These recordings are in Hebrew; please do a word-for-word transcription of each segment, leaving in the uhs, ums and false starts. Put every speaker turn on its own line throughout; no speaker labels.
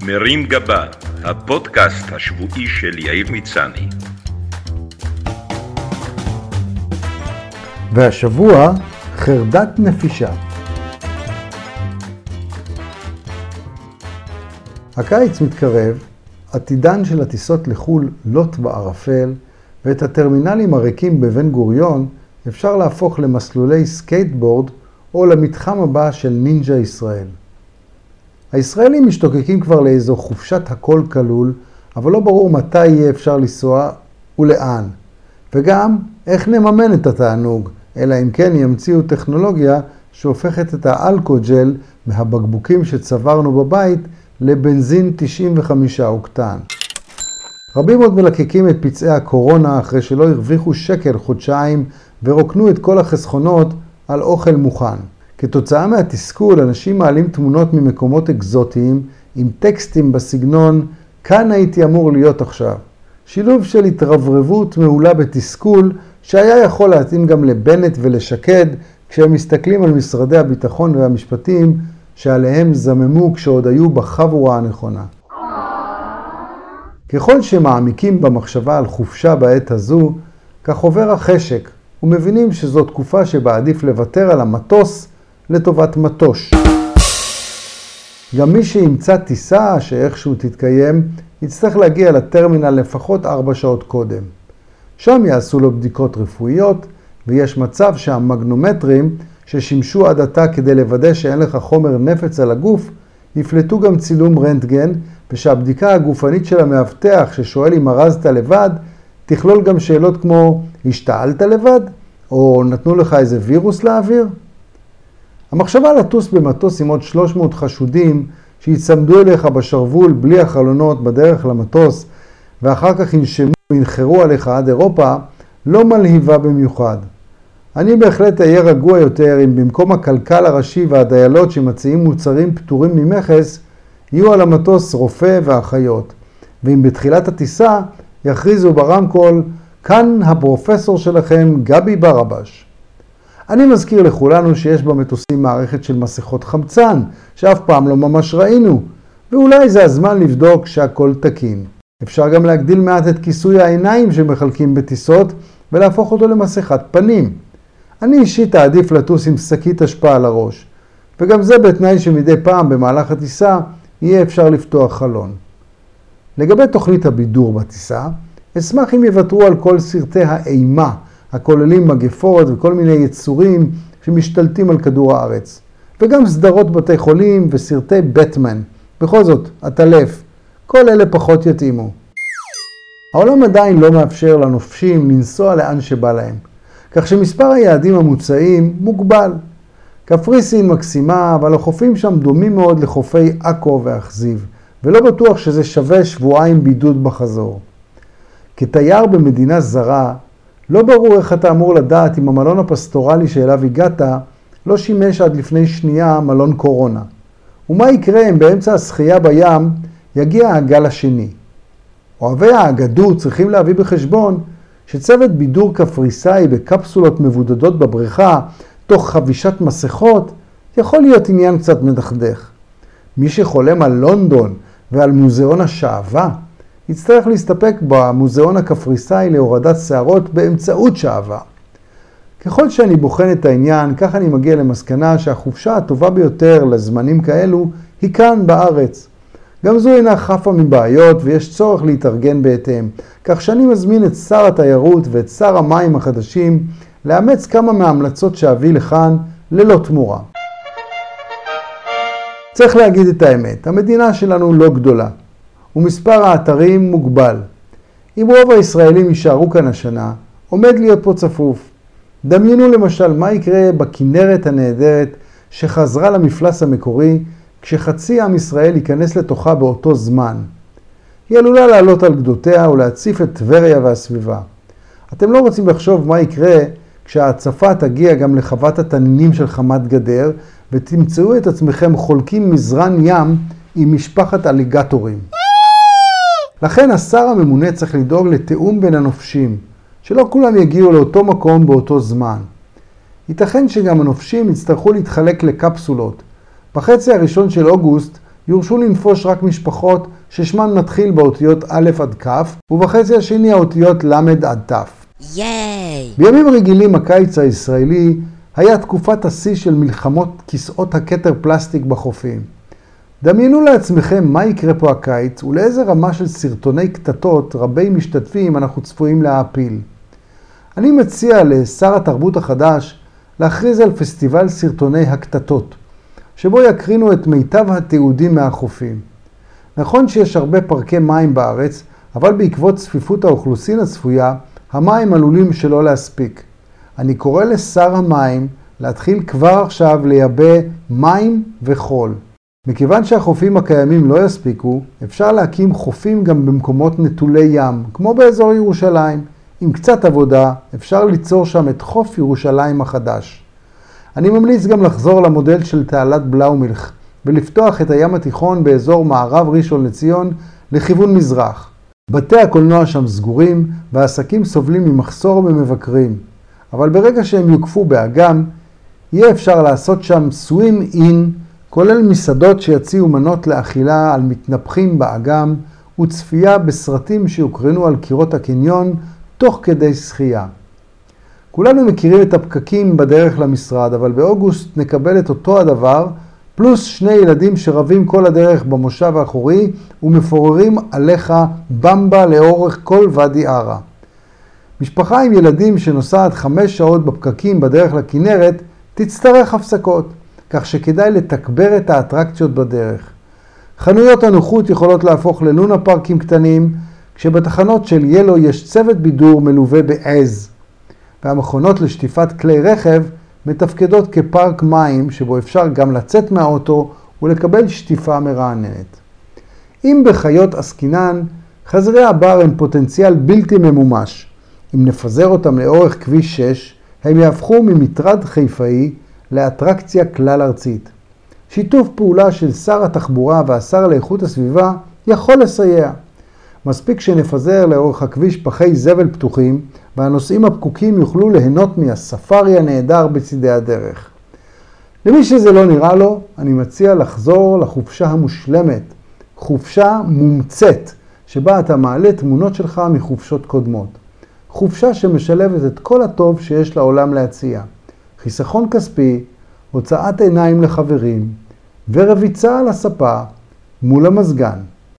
מרים גבה, הפודקאסט השבועי של יאיר מצני.
והשבוע חרדת נפישה. הקיץ מתקרב, עתידן של הטיסות לחול לוט בערפל, ואת הטרמינלים הריקים בבן גוריון אפשר להפוך למסלולי סקייטבורד או למתחם הבא של נינג'ה ישראל. הישראלים משתוקקים כבר לאיזו חופשת הכל כלול, אבל לא ברור מתי יהיה אפשר לנסוע ולאן. וגם איך נממן את התענוג, אלא אם כן ימציאו טכנולוגיה שהופכת את האלכוג'ל מהבקבוקים שצברנו בבית לבנזין תשעים וחמישה אוקטן. רבים עוד מלקקים את פצעי הקורונה אחרי שלא הרוויחו שקל חודשיים ורוקנו את כל החסכונות על אוכל מוכן. כתוצאה מהתסכול, אנשים מעלים תמונות ממקומות אקזוטיים עם טקסטים בסגנון "כאן הייתי אמור להיות עכשיו". שילוב של התרברבות מעולה בתסכול שהיה יכול להתאים גם לבנט ולשקד כשהם מסתכלים על משרדי הביטחון והמשפטים שעליהם זממו כשעוד היו בחבורה הנכונה. ככל שמעמיקים במחשבה על חופשה בעת הזו, כך עובר החשק ומבינים שזו תקופה שבה עדיף לוותר על המטוס לטובת מטוש. גם מי שימצא טיסה שאיכשהו תתקיים, יצטרך להגיע לטרמינל לפחות ארבע שעות קודם. שם יעשו לו בדיקות רפואיות, ויש מצב שהמגנומטרים ששימשו עד עתה כדי לוודא שאין לך חומר נפץ על הגוף, יפלטו גם צילום רנטגן, ושהבדיקה הגופנית של המאבטח ששואל אם ארזת לבד, תכלול גם שאלות כמו השתעלת לבד? או נתנו לך איזה וירוס לאוויר? המחשבה לטוס במטוס עם עוד שלוש מאות חשודים שיצמדו אליך בשרוול בלי החלונות בדרך למטוס ואחר כך ינשמו וינחרו עליך עד אירופה לא מלהיבה במיוחד. אני בהחלט אהיה רגוע יותר אם במקום הכלכל הראשי והדיילות שמציעים מוצרים פטורים ממכס יהיו על המטוס רופא ואחיות, ואם בתחילת הטיסה יכריזו ברמקול כאן הפרופסור שלכם גבי ברבש. אני מזכיר לכולנו שיש במטוסים מערכת של מסכות חמצן, שאף פעם לא ממש ראינו, ואולי זה הזמן לבדוק שהכל תקין. אפשר גם להגדיל מעט את כיסוי העיניים שמחלקים בטיסות, ולהפוך אותו למסכת פנים. אני אישית אעדיף לטוס עם שקית השפעה על הראש, וגם זה בתנאי שמדי פעם במהלך הטיסה יהיה אפשר לפתוח חלון. לגבי תוכנית הבידור בטיסה, אשמח אם יוותרו על כל סרטי האימה, הכוללים מגפות וכל מיני יצורים שמשתלטים על כדור הארץ. וגם סדרות בתי חולים וסרטי בטמן. בכל זאת, הטלף. כל אלה פחות יתאימו. העולם עדיין לא מאפשר לנופשים לנסוע לאן שבא להם. כך שמספר היעדים המוצעים מוגבל. קפריסין מקסימה, אבל החופים שם דומים מאוד לחופי עכו ואכזיב. ולא בטוח שזה שווה שבועיים בידוד בחזור. כתייר במדינה זרה, לא ברור איך אתה אמור לדעת אם המלון הפסטורלי שאליו הגעת לא שימש עד לפני שנייה מלון קורונה. ומה יקרה אם באמצע השחייה בים יגיע הגל השני? אוהבי האגדות צריכים להביא בחשבון שצוות בידור קפריסאי בקפסולות מבודדות בבריכה תוך חבישת מסכות יכול להיות עניין קצת מדכדך. מי שחולם על לונדון ועל מוזיאון השעווה יצטרך להסתפק במוזיאון הקפריסאי להורדת שערות באמצעות שעווה. ככל שאני בוחן את העניין, כך אני מגיע למסקנה שהחופשה הטובה ביותר לזמנים כאלו היא כאן בארץ. גם זו אינה חפה מבעיות ויש צורך להתארגן בהתאם, כך שאני מזמין את שר התיירות ואת שר המים החדשים לאמץ כמה מההמלצות שאביא לכאן ללא תמורה. צריך להגיד את האמת, המדינה שלנו לא גדולה. ומספר האתרים מוגבל. אם רוב הישראלים יישארו כאן השנה, עומד להיות פה צפוף. דמיינו למשל מה יקרה בכנרת הנהדרת שחזרה למפלס המקורי, כשחצי עם ישראל ייכנס לתוכה באותו זמן. היא עלולה לעלות על גדותיה ולהציף את טבריה והסביבה. אתם לא רוצים לחשוב מה יקרה כשההצפה תגיע גם לחוות התנינים של חמת גדר, ותמצאו את עצמכם חולקים מזרן ים עם משפחת אליגטורים. לכן השר הממונה צריך לדאוג לתיאום בין הנופשים, שלא כולם יגיעו לאותו מקום באותו זמן. ייתכן שגם הנופשים יצטרכו להתחלק לקפסולות. בחצי הראשון של אוגוסט יורשו לנפוש רק משפחות ששמן מתחיל באותיות א' עד כ', ובחצי השני האותיות ל' עד ת'. ייי! בימים רגילים הקיץ הישראלי היה תקופת השיא של מלחמות כיסאות הכתר פלסטיק בחופים. דמיינו לעצמכם מה יקרה פה הקיץ ולאיזה רמה של סרטוני קטטות רבי משתתפים אנחנו צפויים להעפיל. אני מציע לשר התרבות החדש להכריז על פסטיבל סרטוני הקטטות, שבו יקרינו את מיטב התיעודים מהחופים. נכון שיש הרבה פרקי מים בארץ, אבל בעקבות צפיפות האוכלוסין הצפויה, המים עלולים שלא להספיק. אני קורא לשר המים להתחיל כבר עכשיו לייבא מים וחול. מכיוון שהחופים הקיימים לא יספיקו, אפשר להקים חופים גם במקומות נטולי ים, כמו באזור ירושלים. עם קצת עבודה, אפשר ליצור שם את חוף ירושלים החדש. אני ממליץ גם לחזור למודל של תעלת בלאומילך, ולפתוח את הים התיכון באזור מערב ראשון לציון לכיוון מזרח. בתי הקולנוע שם סגורים, והעסקים סובלים ממחסור במבקרים. אבל ברגע שהם יוקפו באגם, יהיה אפשר לעשות שם סווים אין, כולל מסעדות שיציעו מנות לאכילה על מתנפחים באגם, וצפייה בסרטים שיוקרנו על קירות הקניון תוך כדי שחייה. כולנו מכירים את הפקקים בדרך למשרד, אבל באוגוסט נקבל את אותו הדבר, פלוס שני ילדים שרבים כל הדרך במושב האחורי ומפוררים עליך במבה לאורך כל ואדי ערה. משפחה עם ילדים שנוסעת חמש שעות בפקקים בדרך לכנרת תצטרך הפסקות, כך שכדאי לתקבר את האטרקציות בדרך. חנויות הנוחות יכולות להפוך ללונה פארקים קטנים, כשבתחנות של ילו יש צוות בידור מלווה בעז, והמכונות לשטיפת כלי רכב מתפקדות כפארק מים שבו אפשר גם לצאת מהאוטו ולקבל שטיפה מרעננת. אם בחיות עסקינן, חזרי הבר הם פוטנציאל בלתי ממומש. אם נפזר אותם לאורך כביש שש, הם יהפכו ממטרד חיפאי לאטרקציה כלל ארצית. שיתוף פעולה של שר התחבורה והשר לאיכות הסביבה יכול לסייע. מספיק שנפזר לאורך הכביש פחי זבל פתוחים, והנוסעים הפקוקים יוכלו ליהנות מהספארי הנהדר בצדי הדרך. למי שזה לא נראה לו, אני מציע לחזור לחופשה המושלמת, חופשה מומצאת, שבה אתה מעלה תמונות שלך מחופשות קודמות. חופשה שמשלבת את כל הטוב שיש לעולם להציע. חיסכון כספי, הוצאת עיניים לחברים, ורביצה על הספה מול המזגן.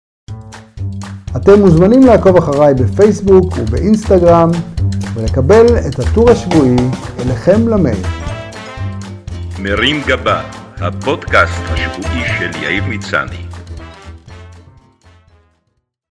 אתם מוזמנים לעקוב אחריי בפייסבוק ובאינסטגרם, ולקבל את הטור השבועי אליכם למייל.
מרים גבה, הפודקאסט השבועי של יאיר מצני.